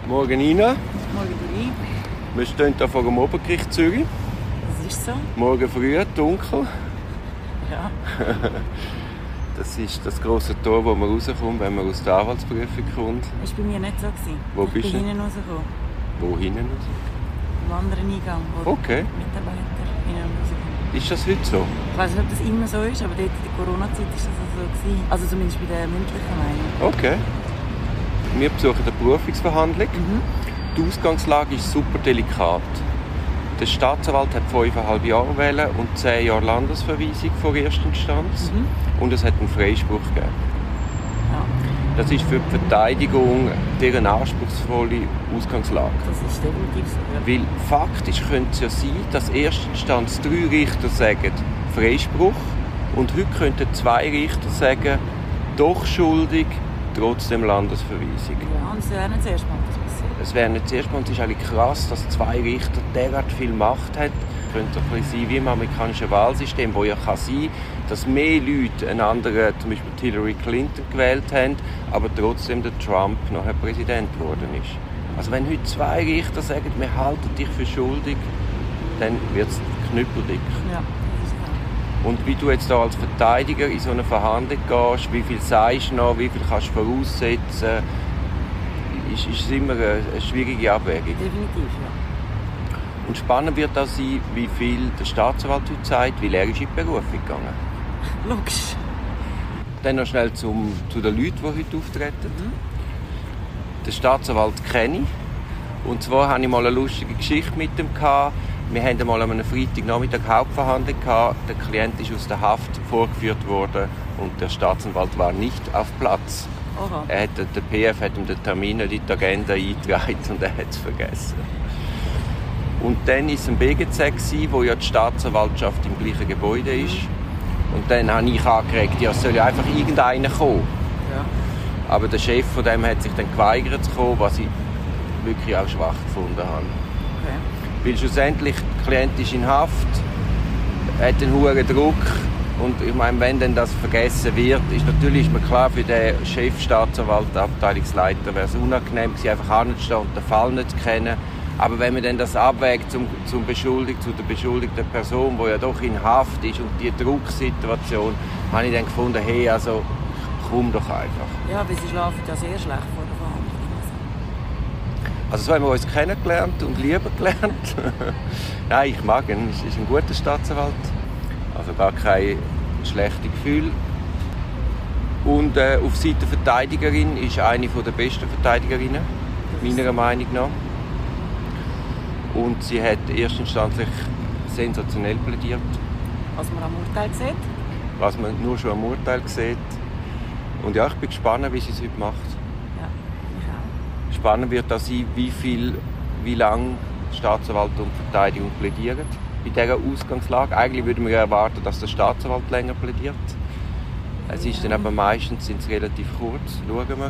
Morgen Ina. Morgen Dori. Wir stehen hier vor dem Obergericht Zürich. Das ist so. Morgen früh, dunkel. Ja. Das ist das grosse Tor, wo man rauskommt, wenn man aus der Anwaltsprüfung kommt. Das war bei mir nicht so. Wo bist du? Ich bin hinten rausgekommen. Wo hinten raus? Im anderen Eingang, wo Okay. die Mitarbeiter hinten rauskommen. Ist das heute so? Ich weiss nicht, ob das immer so ist, aber dort in der Corona-Zeit war das so gewesen. Also zumindest bei der mündlichen Meinung. Okay. Wir besuchen eine Berufungsverhandlung. Die Ausgangslage ist super delikat. Der Staatsanwalt hat 5,5 Jahre wählen und 10 Jahre Landesverweisung vor Erstinstanz. Und es hat einen Freispruch gegeben. Ja, Das ist für die Verteidigung deren anspruchsvolle Ausgangslage. das ist definitiv so. Ja. Weil faktisch könnte es ja sein, dass Erstinstanz 3 Richter sagen Freispruch und heute könnten 2 Richter sagen doch schuldig, trotzdem Landesverweisung. Ja, und es wäre nicht das erste Mal das passiert. Es wäre nicht das erste Mal, und es ist eigentlich krass, dass 2 Richter derart viel Macht haben. Es könnte ein bisschen sein wie im amerikanischen Wahlsystem, wo ja kann sein, dass mehr Leute einen anderen, zum Beispiel Hillary Clinton, gewählt haben, aber trotzdem der Trump nachher Präsident geworden ist. Also wenn heute 2 Richter sagen, wir halten dich für schuldig, dann wird es knüppeldick. Ja, das ist so. Und wie du jetzt da als Verteidiger in so eine Verhandlung gehst, wie viel sagst du noch, wie viel kannst du voraussetzen, ist es immer eine schwierige Abwägung. Definitiv, ja. Und spannend wird auch sein, wie viel der Staatsanwalt heute sagt, weil er ist in die Berufung gegangen. Logisch. Dann noch schnell zu den Leuten, die heute auftreten. Den Staatsanwalt kenne ich. Und zwar hatte ich mal eine lustige Geschichte mit ihm. Wir hatten einmal an einem Freitagnachmittag Hauptverhandlung. Der Klient ist aus der Haft vorgeführt worden und der Staatsanwalt war nicht auf Platz. Aha. Der PF hat ihm den Termin in die Agenda eingetragen und er hat es vergessen. Und dann war es ein BGZ, wo ja die Staatsanwaltschaft im gleichen Gebäude ist. Und dann habe ich angeregt, ja, es soll ja einfach irgendeiner kommen. Ja. Aber der Chef von dem hat sich dann geweigert zu kommen, was ich wirklich auch schwach gefunden habe. Okay. Weil schlussendlich, der Klient ist in Haft, hat einen hohen Druck. Und ich meine, wenn dann das vergessen wird, ist natürlich mir klar, für den Chefstaatsanwalt, Abteilungsleiter, wäre es unangenehm gewesen, einfach anzustehen und den Fall nicht zu kennen. Aber wenn man dann das abwägt zu der beschuldigten Person, die ja doch in Haft ist und die Drucksituation, habe ich dann gefunden, hey, also komm doch einfach. Ja, weil sie schlafen ja sehr schlecht vor der Verhandlung. Also so haben wir uns kennengelernt und lieben gelernt. Nein, ich mag ihn, er ist ein guter Staatsanwalt. Also gar kein schlechtes Gefühl. Und auf Seite der Verteidigerin ist eine der besten Verteidigerinnen, meiner Meinung nach. Und sie hat erstinstanzlich sensationell plädiert. Was man am Urteil sieht. Was man nur schon am Urteil sieht. Und ja, ich bin gespannt, wie sie es heute macht. Ja, ich auch. Spannend wird auch sein, wie lange Staatsanwalt und Verteidigung plädieren. Bei dieser Ausgangslage. Eigentlich würden wir erwarten, dass der Staatsanwalt länger plädiert. Es ist dann aber meistens relativ kurz. Schauen wir.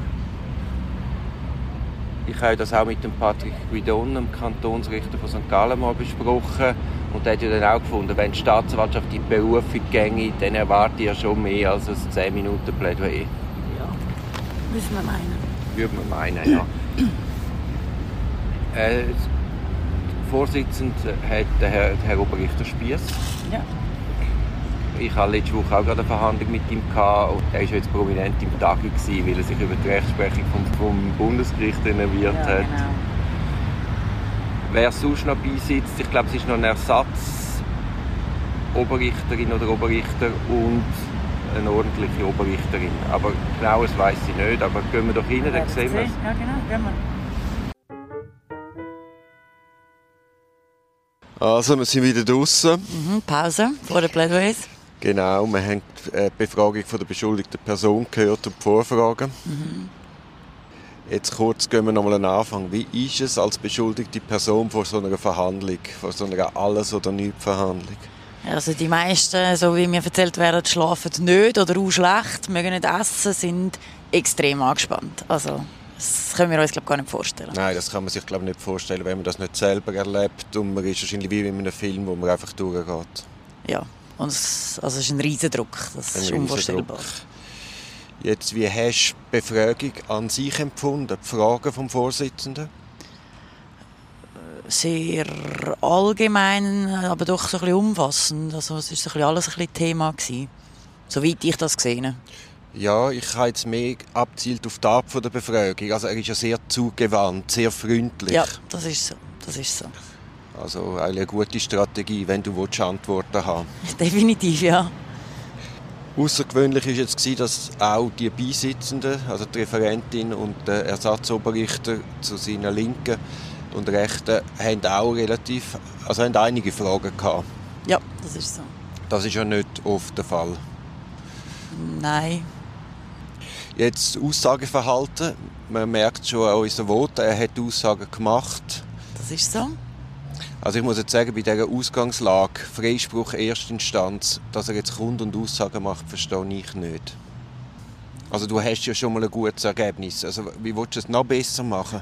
Ich habe das auch mit dem Patrick Guidon, dem Kantonsrichter von St. Gallen, mal besprochen. Und der hat ja dann auch gefunden, wenn die Staatsanwaltschaft in die Berufung ginge, dann erwarte ich ja schon mehr als ein 10 Minuten Plädoyer. Ja, müssen wir meinen. Würde man meinen, ja. Vorsitzend hat der Herr Oberrichter Spiess. Ja. Ich hatte letzte Woche auch gerade eine Verhandlung mit ihm gehabt, und er war jetzt prominent im Tagi, weil er sich über die Rechtsprechung vom Bundesgericht enerviert hat. Genau. Wer sonst noch beisitzt, ich glaube, es ist noch eine Ersatz-Oberrichterin oder Oberrichter und eine ordentliche Oberrichterin. Aber genaues weiss ich nicht, aber gehen wir doch rein, dann sehen wir es. Ja, genau, gehen wir. Also, wir sind wieder draußen. Pause vor den Plädoyers. Genau, wir haben die Befragung von der beschuldigten Person gehört und die Vorfragen. Jetzt kurz gehen wir nochmal an den Anfang. Wie ist es als beschuldigte Person vor so einer Verhandlung, vor so einer Alles-oder-nichts-Verhandlung? Also die meisten, so wie mir erzählt werden, schlafen nicht oder auch schlecht, mögen nicht essen, sind extrem angespannt. Also das können wir uns gar nicht vorstellen. Nein, das kann man sich nicht vorstellen, wenn man das nicht selber erlebt. Und man ist wahrscheinlich wie in einem Film, wo man einfach durchgeht. Ja, und es ist ein Riesendruck. Das ist unvorstellbar. Jetzt, wie hast du die Befragung an sich empfunden, die Fragen vom Vorsitzenden? sehr allgemein, aber doch so ein bisschen umfassend. Also es war so ein bisschen alles ein bisschen Thema gewesen, soweit ich das gesehen habe. Ja, ich habe jetzt mehr abzielt auf die Art der Befragung. Also er ist ja sehr zugewandt, sehr freundlich. Ja, das ist so. Das ist so. Also eine gute Strategie, wenn du Antworten haben willst. Definitiv, ja. Außergewöhnlich war jetzt, dass auch die Beisitzenden, also die Referentin und der Ersatzoberrichter zu seiner Linken und Rechten, haben auch haben einige Fragen gehabt. Ja, das ist so. Das ist ja nicht oft der Fall. Nein. Jetzt Aussageverhalten. Man merkt schon an unseren Voten, er hat Aussagen gemacht. Das ist so. Also ich muss jetzt sagen, bei dieser Ausgangslage, Freispruch Erstinstanz, dass er jetzt kommt und Aussagen macht, verstehe ich nicht. Also du hast ja schon mal ein gutes Ergebnis. Also wie willst du es noch besser machen?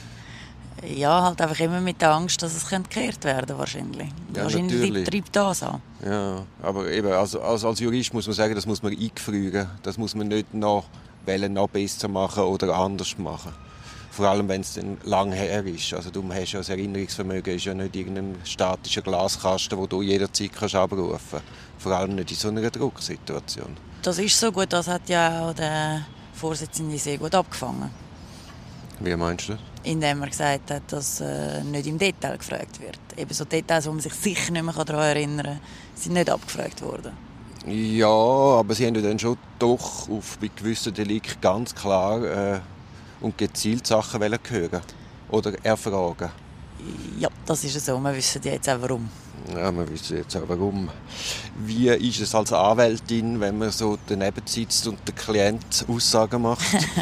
Ja, halt einfach immer mit der Angst, dass es gekehrt werden könnte, wahrscheinlich. Ja, wahrscheinlich natürlich. treibt das an. Ja, aber eben, als Jurist muss man sagen, das muss man eingefrieren. Das muss man nicht noch besser machen oder anders machen. Vor allem, wenn es dann lang her ist. Also du hast ja das Erinnerungsvermögen, ist ja nicht irgendein statischer Glaskasten, den du jederzeit abrufen kannst. Vor allem nicht in so einer Drucksituation. Das ist so gut, das hat ja auch der Vorsitzende sehr gut abgefangen. Wie meinst du das? Indem er gesagt hat, dass nicht im Detail gefragt wird. Eben so Details, wo man sich sicher nicht mehr daran erinnern kann, sind nicht abgefragt worden. Ja, aber sie haben ja dann schon doch bei gewissen Delikten ganz klar und gezielt Sachen hören oder erfragen. Ja, das ist so. Wir wissen jetzt auch warum. Ja, wir wissen jetzt auch warum. Wie ist es als Anwältin, wenn man so daneben sitzt und der Klient Aussagen macht?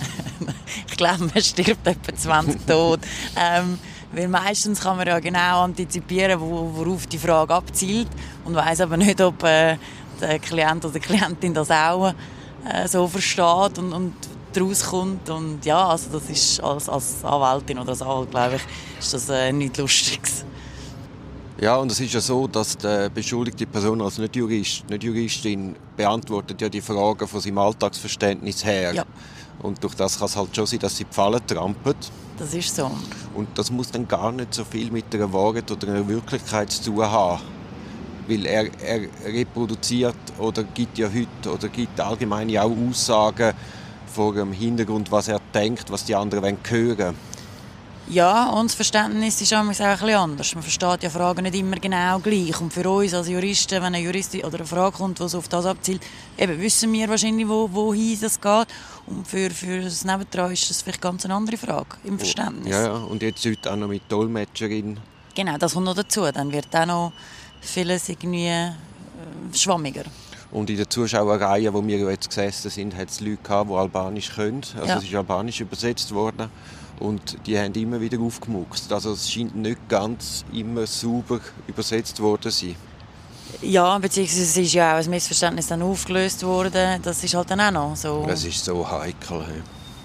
Ich glaube, man stirbt etwa 20 tot. Weil meistens kann man ja genau antizipieren, worauf die Frage abzielt und weiss aber nicht, ob der Klient oder die Klientin das auch so versteht und daraus kommt. Und ja, also das ist als Anwältin oder als Anwalt, glaube ich, ist das nichts Lustiges. Ja, und es ist ja so, dass die beschuldigte Person als nicht Juristin beantwortet ja die Fragen von seinem Alltagsverständnis her. Ja. Und durch das kann es halt schon sein, dass sie die Fallen trampelt. Das ist so. Und das muss dann gar nicht so viel mit einer Wahrheit oder einer Wirklichkeit zu tun haben. Weil er reproduziert oder gibt ja heute oder gibt allgemein auch Aussagen vor dem Hintergrund, was er denkt, was die anderen hören wollen. Ja, und das Verständnis ist auch ein bisschen anders. Man versteht ja Fragen nicht immer genau gleich. Und für uns als Juristen, wenn eine Juristin oder eine Frage kommt, die auf das abzielt, eben wissen wir wahrscheinlich, wohin das geht. Und für das Nebendran ist das vielleicht ganz eine andere Frage im Verständnis. Ja, und jetzt heute auch noch mit Dolmetscherin. Genau, das kommt noch dazu. Dann wird auch noch vieles irgendwie schwammiger. Und in der Zuschauerreihe, wo wir jetzt gesessen sind, hat es Leute gehabt, die Albanisch können. Also Ja. es ist Albanisch übersetzt worden. Und die haben immer wieder aufgemuckst. Also es scheint nicht ganz immer sauber übersetzt worden zu sein. Ja, beziehungsweise ist ja auch ein Missverständnis dann aufgelöst worden. Das ist halt dann auch noch so. Es ist so heikel. Hey.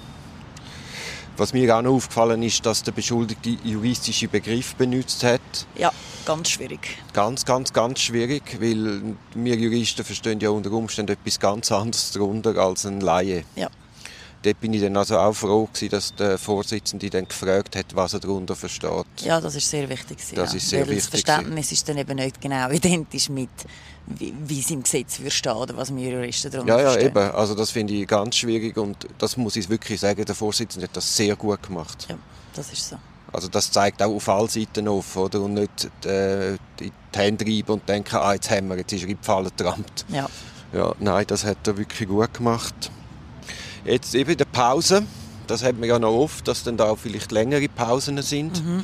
Was mir auch noch aufgefallen ist, dass der Beschuldigte juristische Begriffe benutzt hat. Ja, ganz schwierig. Ganz, ganz, ganz schwierig, weil wir Juristen verstehen ja unter Umständen etwas ganz anderes darunter als ein Laie. Ja. Dort bin ich dann also auch froh gewesen, dass der Vorsitzende dann gefragt hat, was er darunter versteht. Ja, das ist sehr wichtig. Das ist sehr Weil wichtig. das Verständnis ist dann eben nicht genau identisch mit, wie es im Gesetz würde stehen oder was wir Juristen darunter Ja, verstehen. eben. Also das finde ich ganz schwierig und das muss ich wirklich sagen, der Vorsitzende hat das sehr gut gemacht. Ja, das ist so. Also das zeigt auch auf allen Seiten auf, oder? Und nicht die Hände reiben und denken, jetzt haben wir, jetzt ist er in die Falle getrampt. Ja. Ja, nein, das hat er wirklich gut gemacht. Jetzt eben in der Pause, das hat man ja noch oft, dass dann da auch vielleicht längere Pausen sind. Mhm.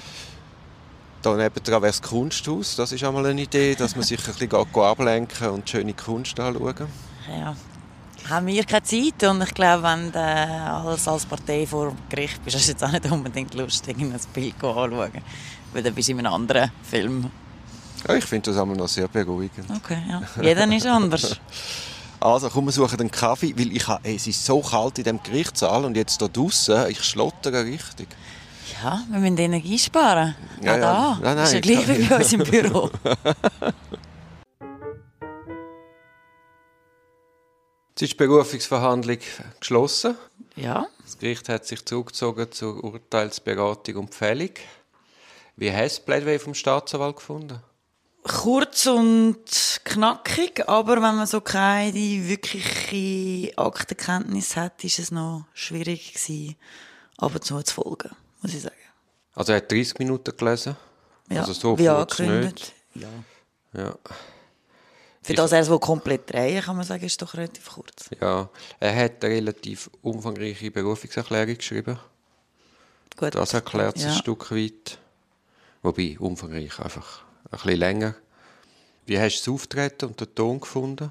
Da nebendran wäre das Kunsthaus, das ist auch mal eine Idee, dass man sich ein bisschen ablenken und schöne Kunst anschauen. Ja. Haben wir keine Zeit und ich glaube, wenn du als Partei vor Gericht bist, hast du jetzt auch nicht unbedingt Lust, ein Bild anzuschauen. Weil dann bist du in einem anderen Film. Ja, ich finde das einmal noch sehr beruhigend. Okay, ja. Jeder ist anders. Also komm, wir suchen einen Kaffee, weil es ist so kalt in diesem Gerichtssaal und jetzt hier draussen, ich schlottere richtig. Ja, wir müssen Energie sparen. Ja, Da. Nein, Das ist ja gleich wie bei uns im Büro. Jetzt ist die Berufungsverhandlung geschlossen. Ja. Das Gericht hat sich zurückgezogen zur Urteilsberatung und Pfählung. Wie hast du das Plädoyer vom Staatsanwalt gefunden? Kurz und knackig, aber wenn man so keine wirkliche Aktenkenntnis hat, ist es noch schwierig gewesen, ab und zu folgen, muss ich sagen. Also er hat 30 Minuten gelesen? Ja, also so wie kurz angekündigt. nicht? Ja. Für das er so komplett drehen kann man sagen, ist doch relativ kurz. Ja, er hat eine relativ umfangreiche Berufungserklärung geschrieben. Gut. Das erklärt es ein Stück weit. Wobei, umfangreich einfach ein bisschen länger. Wie hast du das Auftreten und den Ton gefunden?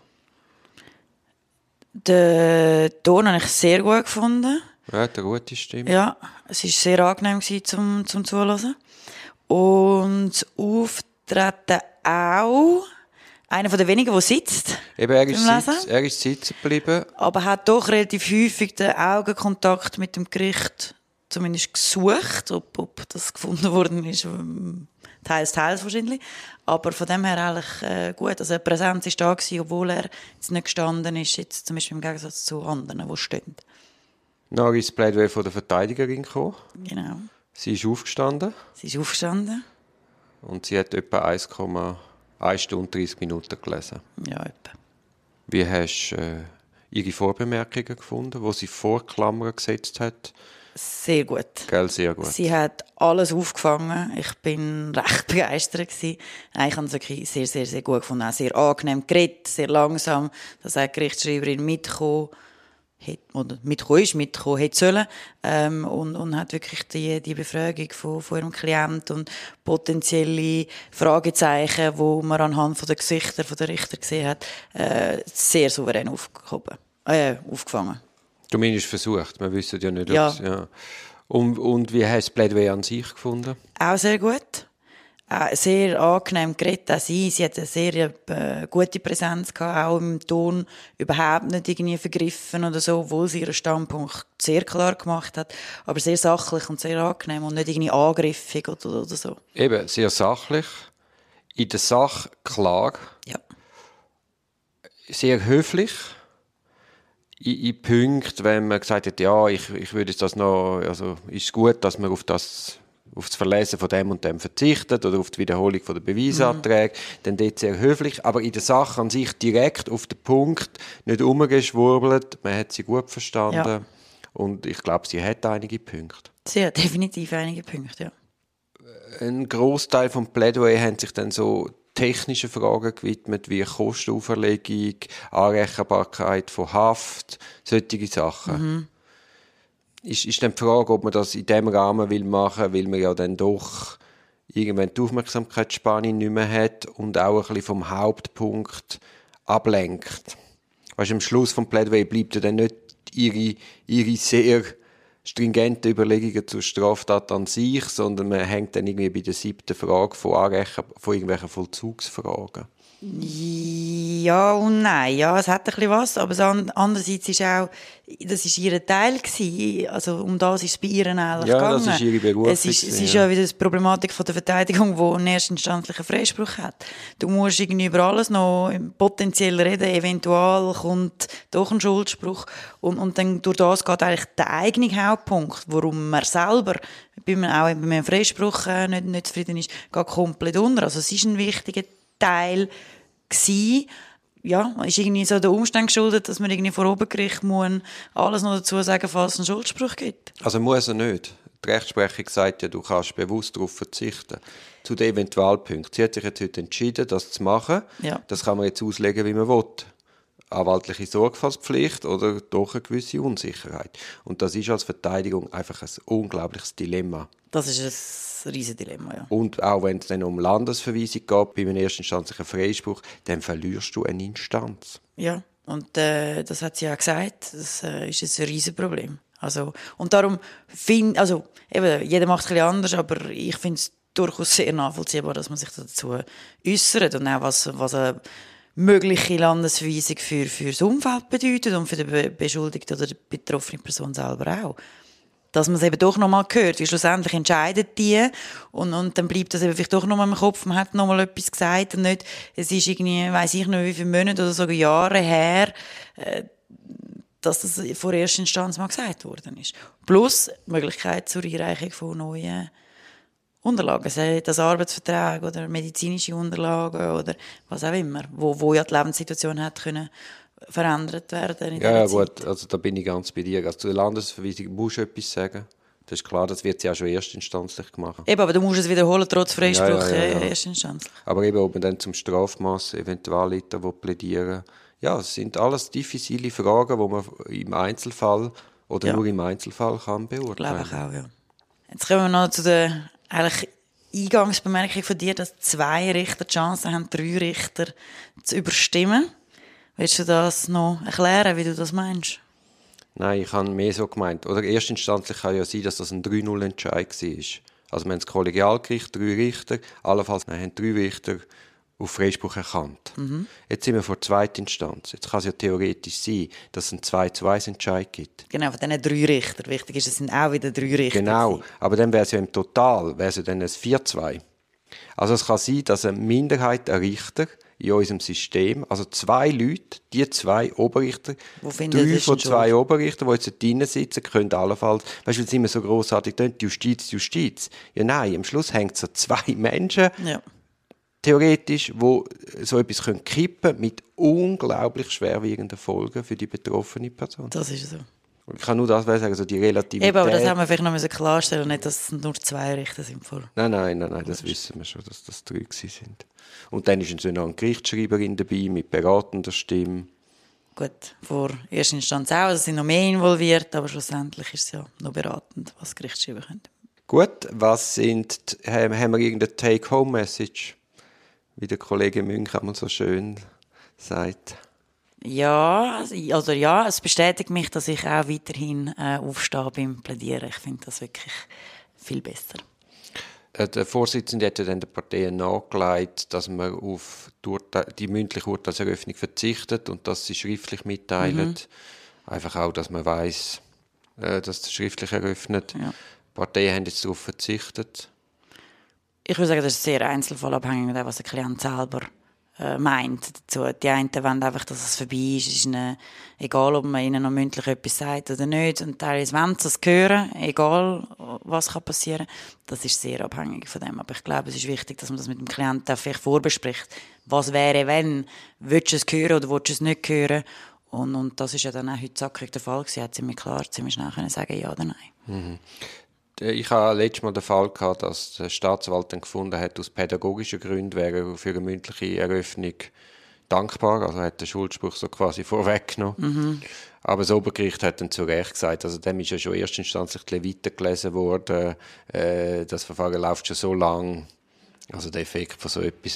Den Ton habe ich sehr gut gefunden. Ja, eine gute Stimme. Ja, es war sehr angenehm zum Zuhören. Und das Auftreten auch. Einer der wenigen, der sitzt. Eben, er ist sitzen geblieben. Aber hat doch relativ häufig den Augenkontakt mit dem Gericht zumindest gesucht. Ob das gefunden worden ist, teils wahrscheinlich. Aber von dem her eigentlich gut. Also die Präsenz war da gewesen, obwohl er jetzt nicht gestanden ist, jetzt zum Beispiel im Gegensatz zu anderen, die stehen. Dann ist das Plädoyer von der Verteidigerin gekommen. Genau. Sie ist aufgestanden. Und sie hat etwa 1 Stunde 30 Minuten gelesen. Ja, etwa. Wie hast du ihre Vorbemerkungen gefunden, die sie vor Klammern gesetzt hat? Sehr gut. Gell, sehr gut. Sie hat alles aufgefangen. Ich bin recht begeistert gewesen. Ich habe es wirklich sehr, sehr, sehr gut gefunden. Auch sehr angenehm geredet, sehr langsam, dass auch die Gerichtsschreiberin mitgekommen hätte sollen. Und hat wirklich die Befragung von ihrem Klienten und potenzielle Fragezeichen, die man anhand der Gesichter der Richter gesehen hat, sehr souverän aufgefangen. Du meinst versucht, wir wissen ja nicht, ob es... Ja. Und wie hast du das Plädoyer an sich gefunden? Auch sehr gut. Sehr angenehm geredet. Auch sie hat eine sehr gute Präsenz gehabt, auch im Ton überhaupt nicht irgendwie vergriffen oder so, obwohl sie ihren Standpunkt sehr klar gemacht hat, aber sehr sachlich und sehr angenehm und nicht irgendwie angriffig oder so. Eben, sehr sachlich, in der Sache klar, ja. Sehr höflich, in Punkten, wenn man gesagt hat, ja, ich würde das noch, also ist gut, dass man auf das Verlesen von dem und dem verzichtet oder auf die Wiederholung von der Beweisanträge, dann dort sehr höflich, aber in der Sache an sich direkt auf den Punkt, nicht umgeschwurbelt, man hat sie gut verstanden und ich glaube, sie hat einige Punkte. Sie hat definitiv einige Punkte, ja. Ein Großteil vom Plädoyer haben sich dann so technische Fragen gewidmet, wie Kostenauferlegung, Anrechenbarkeit von Haft, solche Sachen. Ist dann die Frage, ob man das in diesem Rahmen machen will, weil man ja dann doch irgendwann die Aufmerksamkeitsspanne nicht mehr hat und auch ein bisschen vom Hauptpunkt ablenkt. Weißt, am Schluss vom Plädoyer bleibt ja dann nicht ihre sehr stringenten Überlegungen zur Straftat an sich, sondern man hängt dann irgendwie bei der 7. Frage von irgendwelchen Vollzugsfragen. Ja und nein. Ja, es hat ein bisschen was, aber andererseits ist auch, das war ihr Teil gewesen. Also um das ist es bei ihr eigentlich gegangen. Das ist ihre Berufung. Es ist ja wieder die Problematik von der Verteidigung, die einen erstinstanzlichen Freispruch hat. Du musst irgendwie über alles noch potenziell reden, eventuell kommt doch ein Schuldspruch und dann durch das geht eigentlich der eigene Hauptpunkt, warum man selber auch bei einem Freispruch nicht zufrieden ist, geht komplett unter. Also es ist ein wichtiger Teil gewesen. Ja, ist irgendwie so der Umstand geschuldet, dass man irgendwie vor Obergericht muss alles noch dazu sagen, falls es einen Schuldspruch gibt. Also muss er nicht. Die Rechtsprechung sagt ja, du kannst bewusst darauf verzichten. Zu den Eventualpunkten. Sie hat sich jetzt heute entschieden, das zu machen. Ja. Das kann man jetzt auslegen, wie man will. Anwaltliche Sorgfaltspflicht oder doch eine gewisse Unsicherheit. Und das ist als Verteidigung einfach ein unglaubliches Dilemma. Das ist ein riesiges Dilemma, ja. Und auch wenn es dann um Landesverweisung geht, bei einem erstinstanzlichen Freispruch, dann verlierst du eine Instanz. Ja, und das hat sie ja gesagt, das ist ein riesiges Problem. Also, und darum eben, jeder macht es ein bisschen anders, aber ich finde es durchaus sehr nachvollziehbar, dass man sich dazu äußert und auch was eine mögliche Landesverweisung für das Umfeld bedeutet und für die Beschuldigte oder die betroffene Person selber auch. Dass man es eben doch nochmal hört, wie schlussendlich entscheidet die und dann bleibt das eben vielleicht doch nochmal im Kopf, man hat nochmal etwas gesagt und nicht, es ist irgendwie, weiss ich nicht wie viele Monate oder sogar Jahre her, dass das vor erster Instanz mal gesagt worden ist. Plus die Möglichkeit zur Einreichung von neuen Unterlagen, sei das Arbeitsverträge oder medizinische Unterlagen oder was auch immer, wo ja die Lebenssituation hat können verändert werden in Ja, dieser Zeit. gut, also da bin ich ganz bei dir. Also zur Landesverweisung musst du etwas sagen. Das ist klar, das wird sie auch schon erstinstanzlich gemacht. Eben, aber du musst es wiederholen, trotz Freispruch Ja. erstinstanzlich. Aber eben, ob man dann zum Strafmaß Eventualiter plädieren. Ja, es sind alles diffizile Fragen, die man im Einzelfall oder nur im Einzelfall kann beurteilen. Glaube ich auch, ja. Jetzt kommen wir noch zu der eigentlich Eingangsbemerkung von dir, dass 2 Richter die Chance haben, 3 Richter zu überstimmen. Willst du das noch erklären, wie du das meinst? Nein, ich habe mehr so gemeint. Oder erstinstanzlich kann ja sein, dass das ein 3-0-Entscheid war. Also wir haben das Kollegialgericht, 3 Richter, allenfalls haben 3 Richter auf Freispruch erkannt. Jetzt sind wir vor Zweitinstanz. Jetzt kann es ja theoretisch sein, dass es einen 2-1-Entscheid gibt. Genau, von diesen 3 Richter. Wichtig ist, es sind auch wieder 3 Richter. Genau, gewesen. aber dann wäre es ja im Total wäre es ja dann ein 4-2. Also es kann sein, dass eine Minderheit an Richter in unserem System, also 2 Leute, die 2 Oberrichter, 3 von 2 Oberrichter, die jetzt drin sitzen, können allenfalls, weißt du, weil es immer so grossartig tönt, Justiz. Ja nein, am Schluss hängt es an 2 Menschen, theoretisch, die so etwas kippen können, mit unglaublich schwerwiegenden Folgen für die betroffene Person. Das ist so. Ich kann nur das sagen, also die Relativität. Eben, aber das haben wir vielleicht noch klarstellen, nicht, dass es nur 2 Richter sind. Nein, das wissen wir schon, dass das 3 sind. Und dann ist noch eine Gerichtsschreiberin dabei mit beratender Stimme. Gut, vor erster Instanz auch, es sind noch mehr involviert, aber schlussendlich ist es ja noch beratend, was Gericht schreiben können. Gut, haben wir irgendeine Take-Home-Message? Wie der Kollege Münch einmal so schön sagt. Ja, es bestätigt mich, dass ich auch weiterhin aufstehe beim Plädieren. Ich finde das wirklich viel besser. Der Vorsitzende hat dann den Parteien nahegelegt, dass man auf die mündliche Urteilseröffnung verzichtet und dass sie schriftlich mitteilen. Einfach auch, dass man weiss, dass das schriftlich eröffnet. Ja. Die Parteien haben jetzt darauf verzichtet. Ich würde sagen, das ist sehr einzelfallabhängig mit dem, was der Klient selber meint dazu. Die einen wollen einfach, dass es vorbei ist. Es ist ihnen egal, ob man ihnen noch mündlich etwas sagt oder nicht. Und teilweise wollen sie es hören, egal was passieren kann. Das ist sehr abhängig von dem. Aber ich glaube, es ist wichtig, dass man das mit dem Klienten auch vielleicht vorbespricht. Was wäre, wenn? Willst du es hören oder willst du es nicht hören? Und das ist ja dann auch heute zackig der Fall gewesen. Hat ziemlich klar, ziemlich schnell können sagen, ja oder nein. Ich hatte letztes Mal den Fall gehabt, dass der Staatsanwalt dann gefunden hat, aus pädagogischen Gründen wäre er für eine mündliche Eröffnung dankbar. Also er hat den Schuldspruch so quasi vorweggenommen. Aber das Obergericht hat dann zu Recht gesagt, also dem ist ja schon erstinstanzlich weitergelesen worden, das Verfahren läuft schon so lang. Also der Effekt von so etwas,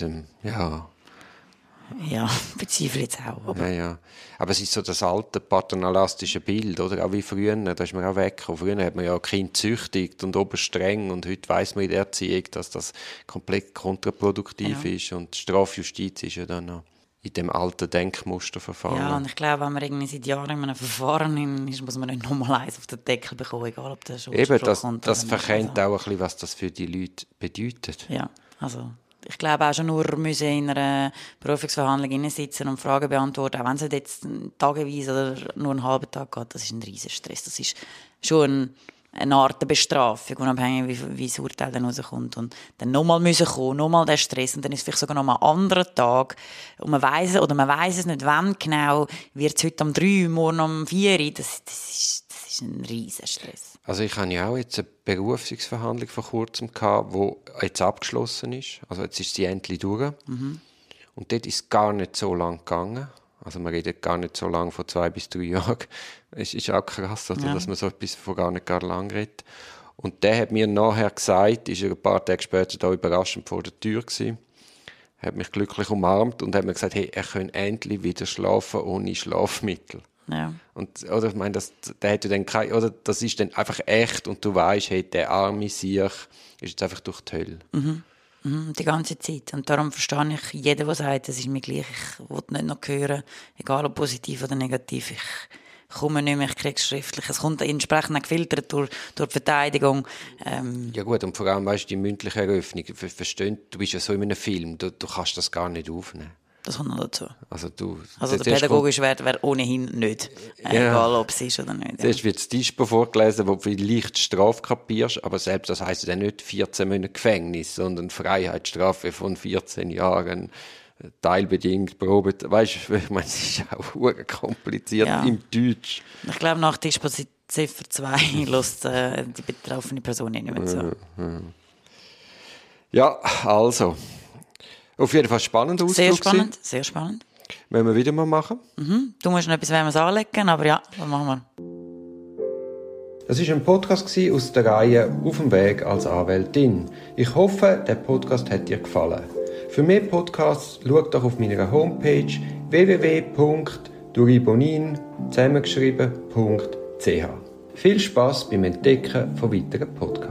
Ja, bezweifle jetzt auch. Aber. Ja. Aber es ist so das alte paternalistische Bild, oder? Auch wie früher, da ist man auch weggekommen. Früher hat man ja Kind züchtigt und oberstreng und heute weiss man in der Erziehung, dass das komplett kontraproduktiv ist und Strafjustiz ist ja dann noch in dem alten Denkmuster verfahren. Ja, und ich glaube, wenn man irgendwie seit Jahren in einem Verfahren ist, muss man nicht nochmal eins auf den Deckel bekommen, egal ob der Schuldspruch kommt. Das verkennt auch ein bisschen, was das für die Leute bedeutet. Ja, also ich glaube auch schon nur müssen in einer Berufungsverhandlung sitzen und Fragen beantworten, auch wenn es jetzt tageweise oder nur einen halben Tag geht, das ist ein riesiger Stress. Das ist schon eine Art der Bestrafung, unabhängig wie das Urteil dann rauskommt. Und dann nochmal müssen kommen, nochmal der Stress und dann ist es vielleicht sogar nochmal ein anderer Tag und man weiss es nicht, wann genau, wird es heute um 3, morgen um 4, das ist ein riesiger Stress. Also ich hatte ja auch jetzt eine Berufungsverhandlung vor kurzem gehabt, die jetzt abgeschlossen ist. Also jetzt ist sie endlich durch. Und dort ist es gar nicht so lang gegangen. Also man redet gar nicht so lange, von 2 bis 3 Jahren. Es ist auch krass, also, dass man so etwas von gar nicht lang redet. Und der hat mir nachher gesagt, ist er ein paar Tage später da überraschend vor der Tür gewesen, hat mich glücklich umarmt und hat mir gesagt, hey, er könne endlich wieder schlafen ohne Schlafmittel. Ja. Und, oder ich meine, das ist dann einfach echt und du weißt, hey, der arme Sieg ist jetzt einfach durch die Hölle. Die ganze Zeit. Und darum verstehe ich jeden, der sagt, es ist mir gleich, ich will nicht noch hören, egal ob positiv oder negativ, ich komme nicht mehr, ich kriege es schriftlich. Es kommt entsprechend gefiltert durch die Verteidigung. Ja gut, und vor allem, weißt du, die mündliche Eröffnung, du bist ja so in einem Film, du kannst das gar nicht aufnehmen. Das kommt noch dazu. Also der pädagogische Wert wäre ohnehin nicht, egal ob es ist oder nicht. Zuerst wird das Dispo vorgelesen, wo du vielleicht Strafe kapierst, aber selbst das heisst ja nicht 14 Monate Gefängnis, sondern Freiheitsstrafe von 14 Jahren, teilbedingt, Probe. Weißt du, ich meine, es ist auch kompliziert im Deutsch. Ich glaube, nach Dispo-Ziffer 2 lässt die betroffene Person nicht mehr zu. Ja, also. Auf jeden Fall spannend Ausflug. Sehr spannend. Wollen wir wieder mal machen? Du musst noch etwas anlegen, aber ja, das machen wir. Das war ein Podcast aus der Reihe «Auf dem Weg als Anwältin». Ich hoffe, der Podcast hat dir gefallen. Für mehr Podcasts schau doch auf meiner Homepage www.duribonin zusammengeschrieben.ch. Viel Spass beim Entdecken von weiteren Podcasts.